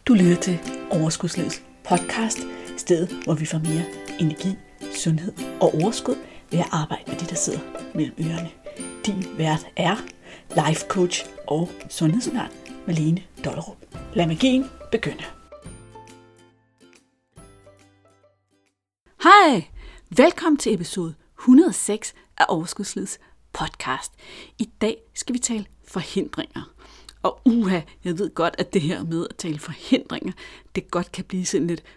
Du lytter til Overskudslivets podcast, stedet hvor vi får mere energi, sundhed og overskud ved at arbejde med de, der sidder mellem ørerne. Din vært er life coach og sundhedsundern Malene Dollerup. Lad magien begynde. Hej! Velkommen til episode 106 af Overskudslivets podcast. I dag skal vi tale forhindringer. Og jeg ved godt, at det her med at tale forhindringer, det godt kan blive sådan lidt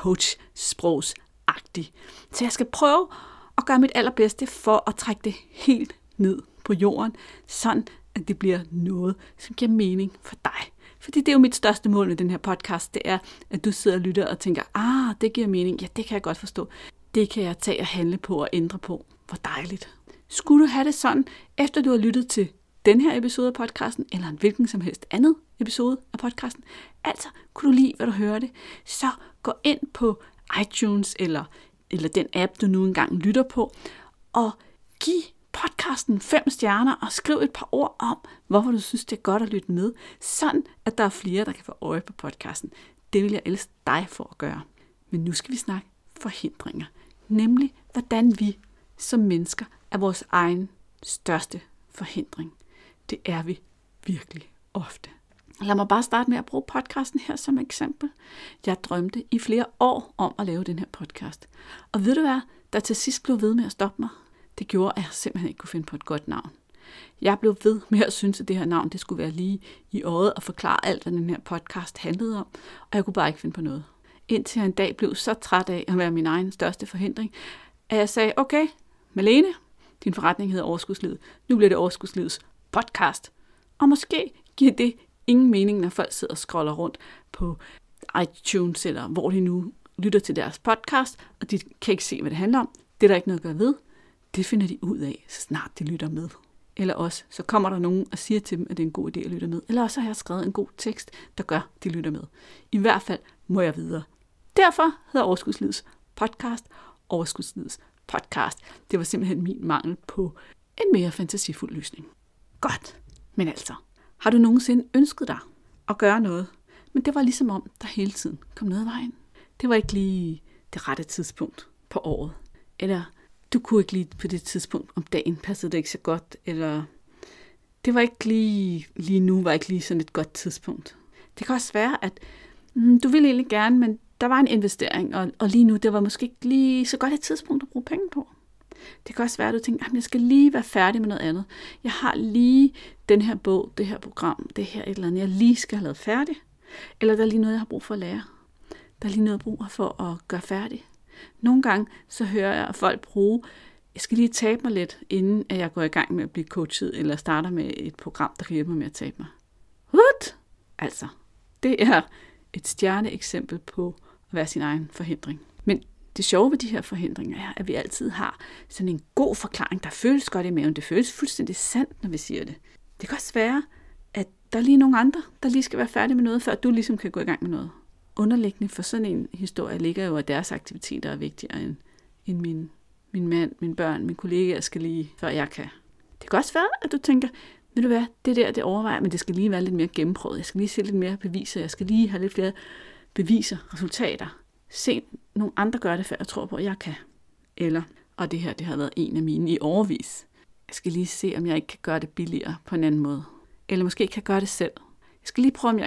coach-sprogsagtigt. Så jeg skal prøve at gøre mit allerbedste for at trække det helt ned på jorden, sådan at det bliver noget, som giver mening for dig. Fordi det er jo mit største mål med den her podcast, det er, at du sidder og lytter og tænker, det giver mening, ja, det kan jeg godt forstå. Det kan jeg tage og handle på og ændre på. Hvor dejligt. Skulle du have det sådan, efter du har lyttet til den her episode af podcasten, eller en hvilken som helst andet episode af podcasten, altså kunne du lide, hvad du hørte, så gå ind på iTunes eller den app, du nu engang lytter på, og giv podcasten 5 stjerner, og skriv et par ord om, hvorfor du synes, det er godt at lytte med, sådan at der er flere, der kan få øje på podcasten. Det vil jeg elske dig for at gøre. Men nu skal vi snakke forhindringer, nemlig hvordan vi som mennesker er vores egen største forhindring. Det er vi virkelig ofte. Lad mig bare starte med at bruge podcasten her som eksempel. Jeg drømte i flere år om at lave den her podcast. Og ved du hvad, der til sidst blev ved med at stoppe mig? Det gjorde, at jeg simpelthen ikke kunne finde på et godt navn. Jeg blev ved med at synes, at det her navn det skulle være lige i øjet og forklare alt, hvad den her podcast handlede om. Og jeg kunne bare ikke finde på noget. Indtil jeg en dag blev så træt af at være min egen største forhindring, at jeg sagde, okay, Malene, din forretning hedder Overskudslivet. Nu bliver det Overskudslivets podcast. Og måske giver det ingen mening, når folk sidder og scroller rundt på iTunes, eller hvor de nu lytter til deres podcast, og de kan ikke se, hvad det handler om. Det er der ikke noget at gøre ved. Det finder de ud af, så snart de lytter med. Eller også, så kommer der nogen og siger til dem, at det er en god idé at lytte med. Eller også har jeg skrevet en god tekst, der gør, at de lytter med. I hvert fald må jeg videre. Derfor hedder Overskudslivets podcast Overskudslivets podcast. Det var simpelthen min mangel på en mere fantasifuld løsning. Godt, men altså, har du nogensinde ønsket dig at gøre noget, men det var ligesom om, der hele tiden kom noget af vejen. Det var ikke lige det rette tidspunkt på året, eller du kunne ikke lige på det tidspunkt om dagen, passede det ikke så godt, eller det var ikke lige nu, var ikke lige sådan et godt tidspunkt. Det kan også være, at du ville egentlig gerne, men der var en investering, og lige nu, det var måske ikke lige så godt et tidspunkt at bruge penge på. Det kan også være, at du tænker, at jeg skal lige være færdig med noget andet. Jeg har lige den her bog, det her program, det her et eller andet, jeg lige skal have lavet færdig. Eller der er lige noget, jeg har brug for at lære. Der er lige noget, jeg har brug for at gøre færdig. Nogle gange, så hører jeg folk bruge, jeg skal lige tabe mig lidt, inden at jeg går i gang med at blive coachet, eller starter med et program, der kan hjælpe mig med at tabe mig. What? Altså, det er et stjerneeksempel på at være sin egen forhindring. Men det sjove ved de her forhindringer er, at vi altid har sådan en god forklaring, der føles godt i maven. Det føles fuldstændig sandt, når vi siger det. Det kan også være, at der er lige nogle andre, der lige skal være færdige med noget, før du ligesom kan gå i gang med noget. Underliggende for sådan en historie ligger jo, at deres aktiviteter er vigtigere end min mand, mine børn, mine kollegaer skal lige, før jeg kan. Det kan også være, at du tænker, ved du hvad, det overvejer, men det skal lige være lidt mere gennemprøvet. Jeg skal lige se lidt mere beviser. Jeg skal lige have lidt flere beviser, resultater. Se nogle andre gøre det, før jeg tror på, at jeg kan. Eller, og det her, det har været en af mine i årevis. Jeg skal lige se, om jeg ikke kan gøre det billigere på en anden måde. Eller måske kan jeg gøre det selv. Jeg skal lige prøve,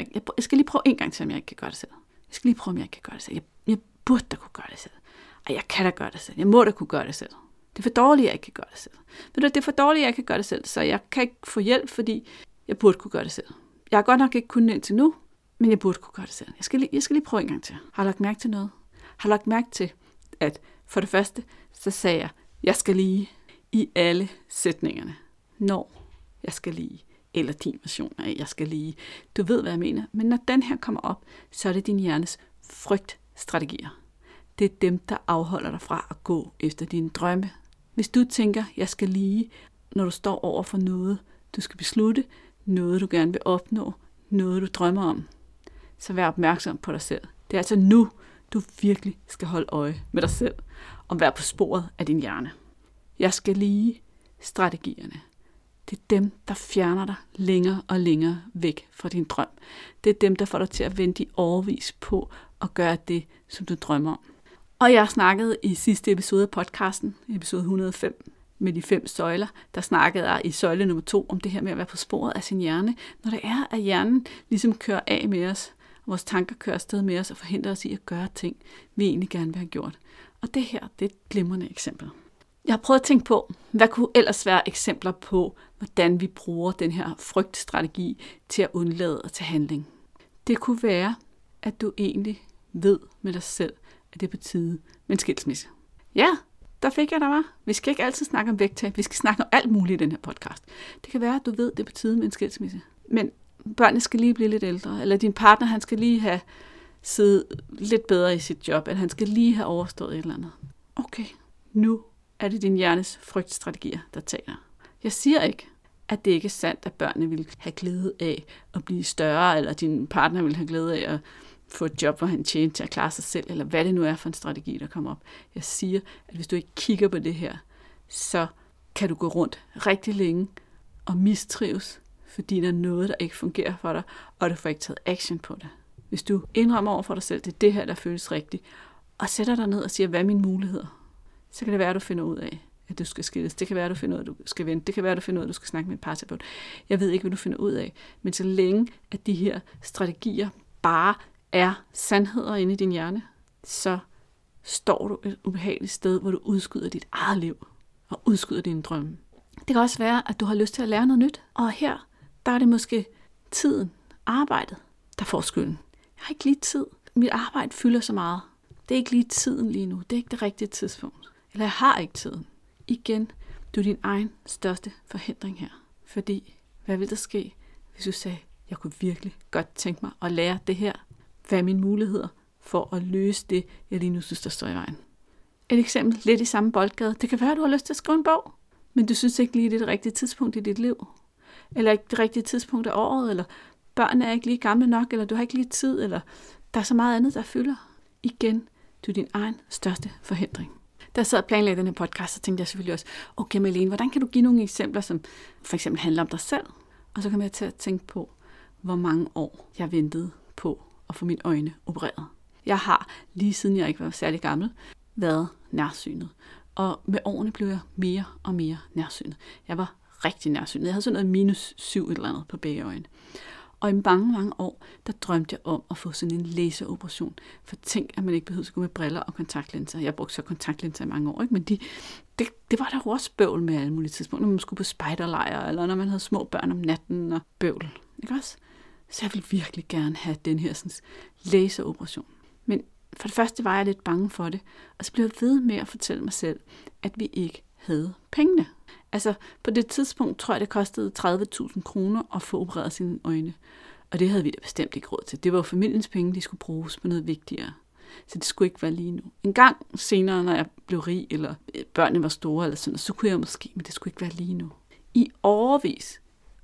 en gang til, om jeg ikke kan gøre det selv. Jeg skal lige prøve, om jeg ikke kan gøre det selv. Jeg burde da kunne gøre det selv. Og jeg kan da gøre det selv. Jeg må da kunne gøre det selv. Det er for dårligt, at jeg ikke kan gøre det selv. Ved du, det er for dårligt, at jeg ikke kan gøre det selv, så jeg kan ikke få hjælp, fordi jeg burde kunne gøre det selv. Jeg har godt nok ikke kunnet indtil nu, men jeg burde kunne gøre det selv. Jeg skal lige prøve en gang til. Har du lagt mærke til noget? Har du lagt mærke til, at for det første, så sagde jeg skal lige i alle sætningerne. Når jeg skal lige, eller din version af jeg skal lige. Du ved, hvad jeg mener. Men når den her kommer op, så er det din hjernes frygtstrategier. Det er dem, der afholder dig fra at gå efter dine drømme. Hvis du tænker, jeg skal lige, når du står over for noget, du skal beslutte, noget du gerne vil opnå, noget du drømmer om, så vær opmærksom på dig selv. Det er altså nu, du virkelig skal holde øje med dig selv og være på sporet af din hjerne. Jeg skal lige strategierne. Det er dem, der fjerner dig længere og længere væk fra din drøm. Det er dem, der får dig til at vente i årevis på at gøre det, som du drømmer om. Og jeg snakkede i sidste episode af podcasten, episode 105, med de 5 søjler, der snakkede jeg i søjle nummer 2 om det her med at være på sporet af sin hjerne. Når det er, at hjernen ligesom kører af med os, og vores tanker kører afsted med os og forhindrer os i at gøre ting, vi egentlig gerne vil have gjort. Og det her, det er et glimrende eksempel. Jeg har prøvet at tænke på, hvad kunne ellers være eksempler på, hvordan vi bruger den her frygtstrategi til at undlade at tage handling. Det kunne være, at du egentlig ved med dig selv, at det er på tide med en skilsmisse. Ja, der fik jeg der var. Vi skal ikke altid snakke om vægttab. Vi skal snakke om alt muligt i den her podcast. Det kan være, at du ved, at det er på tide med en skilsmisse. Men børnene skal lige blive lidt ældre, eller din partner, han skal lige have siddet lidt bedre i sit job, eller han skal lige have overstået et eller andet. Okay, nu er det din hjernes frygtstrategier, der taler. Jeg siger ikke, at det ikke er sandt, at børnene vil have glæde af at blive større, eller din partner vil have glæde af at få et job, hvor han tjener til at klare sig selv, eller hvad det nu er for en strategi, der kommer op. Jeg siger, at hvis du ikke kigger på det her, så kan du gå rundt rigtig længe og mistrives, fordi der er noget, der ikke fungerer for dig, og du får ikke taget action på det. Hvis du indrømmer over for dig selv, det er det her, der føles rigtigt, og sætter dig ned og siger, hvad er mine muligheder, så kan det være, at du finder ud af, at du skal skilles. Det kan være, at du finder ud af, at du skal vente. Det kan være, at du finder ud af, at du skal snakke med en parterapeut. Jeg ved ikke, hvad du finder ud af. Men så længe, at de her strategier bare er sandheder inde i din hjerne, så står du et ubehageligt sted, hvor du udskyder dit eget liv og udskyder dine drømme. Det kan også være, at du har lyst til at lære noget nyt. Og her, der er det måske tiden, arbejdet, der får skylden. Jeg har ikke lige tid. Mit arbejde fylder så meget. Det er ikke lige tiden lige nu. Det er ikke det rigtige tidspunkt. Eller jeg har ikke tiden. Igen, du er din egen største forhindring her. Fordi, hvad vil der ske, hvis du sagde, jeg kunne virkelig godt tænke mig at lære det her? Hvad er mine muligheder for at løse det, jeg lige nu synes, der står i vejen? Et eksempel lidt i samme boldgade. Det kan være, at du har lyst til at skrive en bog, men du synes ikke lige, det er det rigtige tidspunkt i dit liv. Eller ikke det rigtige tidspunkt af året, eller børnene er ikke lige gamle nok, eller du har ikke lige tid, eller der er så meget andet, der fylder. Igen, du er din egen største forhindring. Da jeg sad og planlagde den her podcast, så tænkte jeg selvfølgelig også, okay Malene, hvordan kan du give nogle eksempler, som for eksempel handler om dig selv? Og så kom jeg til at tænke på, hvor mange år jeg ventede på at få mine øjne opereret. Jeg har, lige siden jeg ikke var særlig gammel, været nærsynet. Og med årene blev jeg mere og mere nærsynet. Jeg var rigtig nærsynet. Jeg havde sådan noget -7 et eller andet på begge øjne. Og i mange, mange år, der drømte jeg om at få sådan en laseroperation. For tænk, at man ikke behøvede at gå med briller og kontaktlinser. Jeg brugte så kontaktlinser i mange år, ikke? Men det var der også bøvl med alle mulige tidspunkter. Når man skulle på spejderlejre, eller når man havde små børn om natten og bøvl. Ikke også? Så jeg ville virkelig gerne have den her sådan, laseroperation. Men for det første var jeg lidt bange for det. Og så blev jeg ved med at fortælle mig selv, at vi ikke havde pengene. Altså, på det tidspunkt tror jeg, det kostede 30.000 kroner at få opereret sine øjne. Og det havde vi da bestemt ikke råd til. Det var jo familiens penge, de skulle bruges på noget vigtigere. Så det skulle ikke være lige nu. En gang senere, når jeg blev rig, eller børnene var store, eller sådan, så kunne jeg måske, men det skulle ikke være lige nu. I årevis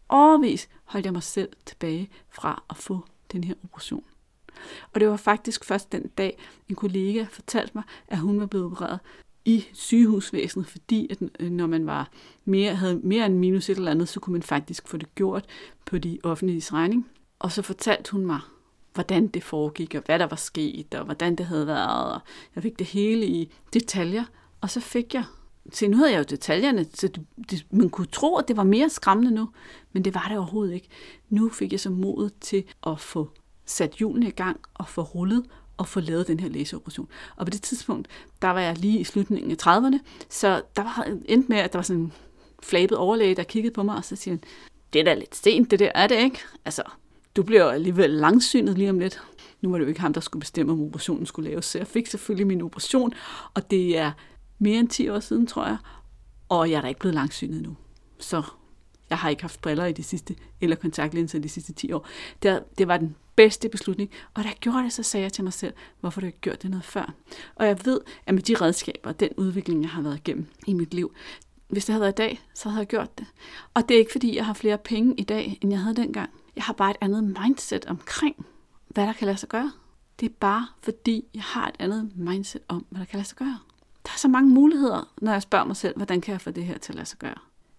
holdt jeg mig selv tilbage fra at få den her operation. Og det var faktisk først den dag, en kollega fortalte mig, at hun var blevet opereret i sygehusvæsenet, fordi at når man havde mere end minus et eller andet, så kunne man faktisk få det gjort på de offentliges regning. Og så fortalte hun mig, hvordan det foregik, og hvad der var sket, og hvordan det havde været. Og jeg fik det hele i detaljer, og så fik jeg... Se, nu havde jeg jo detaljerne, så man kunne tro, at det var mere skræmmende nu, men det var det overhovedet ikke. Nu fik jeg så modet til at få sat hjulene i gang og få rullet og få lavet den her laseroperation. Og på det tidspunkt, der var jeg lige i slutningen af 30'erne, så der var endt med, at der var sådan en flabet overlæge, der kiggede på mig, og så siger han, det er da lidt sent, det der, er det ikke? Altså, du bliver jo alligevel langsynet lige om lidt. Nu var det jo ikke ham, der skulle bestemme, om operationen skulle laves, så jeg fik selvfølgelig min operation, og det er mere end 10 år siden, tror jeg, og jeg er da ikke blevet langsynet nu. Så jeg har ikke haft briller i de sidste, eller kontaktlinser i de sidste 10 år. Det var den bedste beslutning, og da jeg gjorde det, så sagde jeg til mig selv, hvorfor du ikke gjort det noget før? Og jeg ved, at med de redskaber, den udvikling, jeg har været igennem i mit liv, hvis det havde været i dag, så havde jeg gjort det. Og det er ikke, fordi jeg har flere penge i dag, end jeg havde dengang. Jeg har bare et andet mindset omkring, hvad der kan lade sig gøre. Det er bare, fordi jeg har et andet mindset om, hvad der kan lade sig gøre. Der er så mange muligheder, når jeg spørger mig selv, hvordan kan jeg få det her til at lade sig gøre?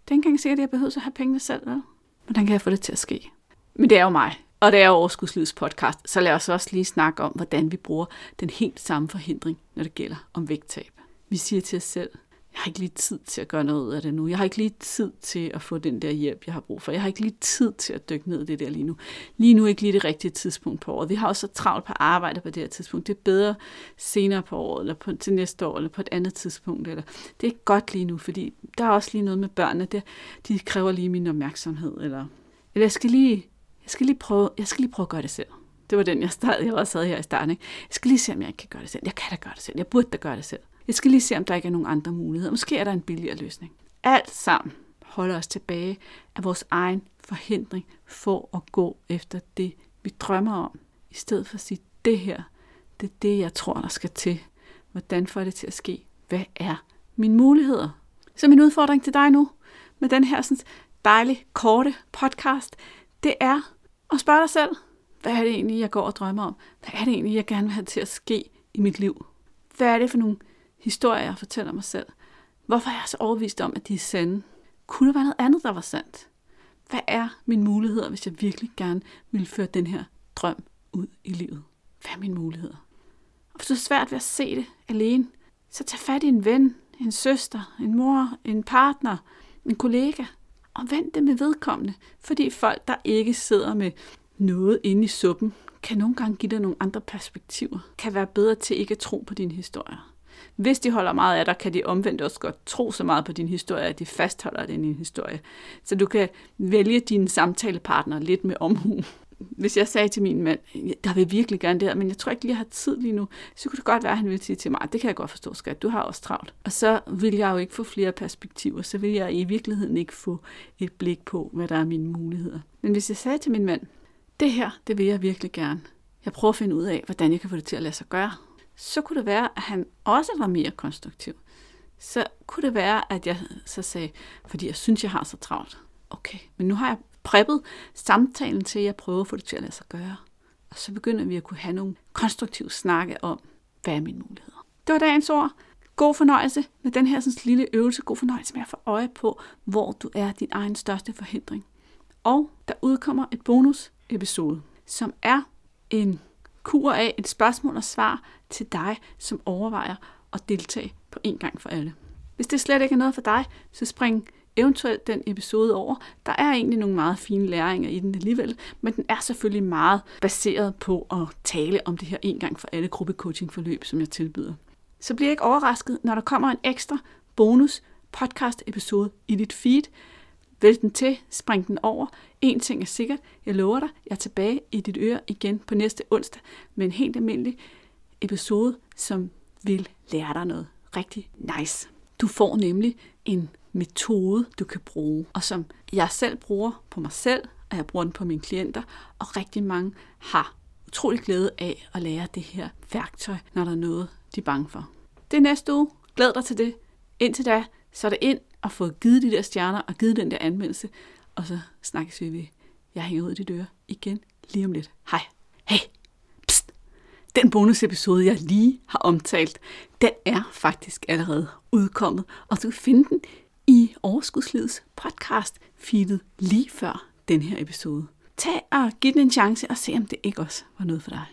Det er ikke engang sikkert, at jeg behøver at have pengene selv. Vel? Hvordan kan jeg få det til at ske? Men det er jo mig, og det er jo Overskudslivets podcast, så lad os også lige snakke om, hvordan vi bruger den helt samme forhindring, når det gælder om vægttab. Vi siger til os selv, jeg har ikke lige tid til at gøre noget ud af det nu. Jeg har ikke lige tid til at få den der hjælp, jeg har brug for. Jeg har ikke lige tid til at dykke ned i det der lige nu. Lige nu er ikke lige det rigtige tidspunkt på året. Vi har også så travlt på arbejde på det her tidspunkt. Det er bedre senere på året, eller til næste år, eller på et andet tidspunkt. Eller det er ikke godt lige nu, fordi der er også lige noget med børnene. De kræver lige min opmærksomhed. Eller jeg skal lige prøve at gøre det selv. Det var den, jeg også havde her i starten. Ikke? Jeg skal lige se, om jeg ikke kan gøre det selv. Jeg kan da gøre det selv. Jeg burde da gøre det selv. Jeg skal lige se, om der ikke er nogen andre muligheder. Måske er der en billigere løsning. Alt sammen holder os tilbage af vores egen forhindring for at gå efter det, vi drømmer om. I stedet for at sige, det her, det er det, jeg tror, der skal til. Hvordan får det til at ske? Hvad er mine muligheder? Så min udfordring til dig nu, med den her sådan dejlige, korte podcast, det er at spørge dig selv, hvad er det egentlig, jeg går og drømmer om? Hvad er det egentlig, jeg gerne vil have til at ske i mit liv? Hvad er det for nogle historier, jeg fortæller mig selv? Hvorfor er jeg så overbevist om, at de er sande? Kunne der være noget andet, der var sandt? Hvad er mine muligheder, hvis jeg virkelig gerne vil føre den her drøm ud i livet? Hvad er mine muligheder? Og hvis du er svært ved at se det alene, så tag fat i en ven, en søster, en mor, en partner, en kollega, og vend det med vedkommende. Fordi folk, der ikke sidder med noget inde i suppen, kan nogle gange give dig nogle andre perspektiver, kan være bedre til ikke at tro på dine historier. Hvis de holder meget af dig, kan de omvendt også godt tro så meget på din historie, at de fastholder det i din historie. Så du kan vælge dine samtalepartner lidt med omhu. Hvis jeg sagde til min mand, der vil virkelig gerne det her, men jeg tror ikke lige, jeg har tid lige nu, så kunne det godt være, at han ville sige til mig, det kan jeg godt forstå, skat, du har også travlt. Og så vil jeg jo ikke få flere perspektiver, så vil jeg i virkeligheden ikke få et blik på, hvad der er mine muligheder. Men hvis jeg sagde til min mand, det her, det vil jeg virkelig gerne. Jeg prøver at finde ud af, hvordan jeg kan få det til at lade sig gøre. Så kunne det være, at han også var mere konstruktiv. Så kunne det være, at jeg så sagde, fordi jeg synes, jeg har så travlt. Okay, men nu har jeg preppet samtalen til, at jeg prøver at få det til at lade sig gøre. Og så begynder vi at kunne have nogle konstruktive snakke om, hvad er mine muligheder. Det var dagens ord. God fornøjelse med den her sådan, lille øvelse. God fornøjelse med at få øje på, hvor du er din egen største forhindring. Og der udkommer et bonusepisode, som er en kur af et spørgsmål og svar til dig, som overvejer at deltage på en gang for alle. Hvis det slet ikke er noget for dig, så spring eventuelt den episode over. Der er egentlig nogle meget fine læringer i den alligevel, men den er selvfølgelig meget baseret på at tale om det her en gang for alle gruppecoaching-forløb, som jeg tilbyder. Så bliver ikke overrasket, når der kommer en ekstra bonus podcast episode i dit feed. Vælg den til, spring den over. En ting er sikkert, jeg lover dig, jeg er tilbage i dit øre igen på næste onsdag med en helt almindelig episode, som vil lære dig noget rigtig nice. Du får nemlig en metode, du kan bruge, og som jeg selv bruger på mig selv, og jeg bruger den på mine klienter, og rigtig mange har utrolig glæde af at lære det her værktøj, når der er noget, de er bange for. Det er næste uge. Glæd dig til det. Indtil da, så er det ind og få givet de der stjerner og givet den der anmeldelse, og så snakkes vi ved. Jeg hænger ud i dit øre igen lige om lidt. Hej. Hey. Psst. Den bonusepisode, jeg lige har omtalt, den er faktisk allerede udkommet, og du kan finde den i Overskudslivets podcast feedet lige før den her episode. Tag og giv den en chance og se, om det ikke også var noget for dig.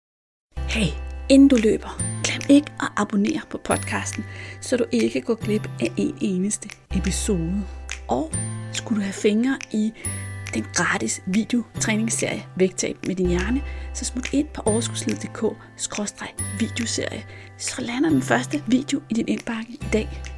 Hey, inden du løber, glem ikke at abonnere på podcasten, så du ikke går glip af en eneste episode. Og skulle du have fingre i den gratis videotræningsserie Vægttab med din hjerne, så smut ind på overskudslivet.dk/videoserie, så lander den første video i din indbakke i dag.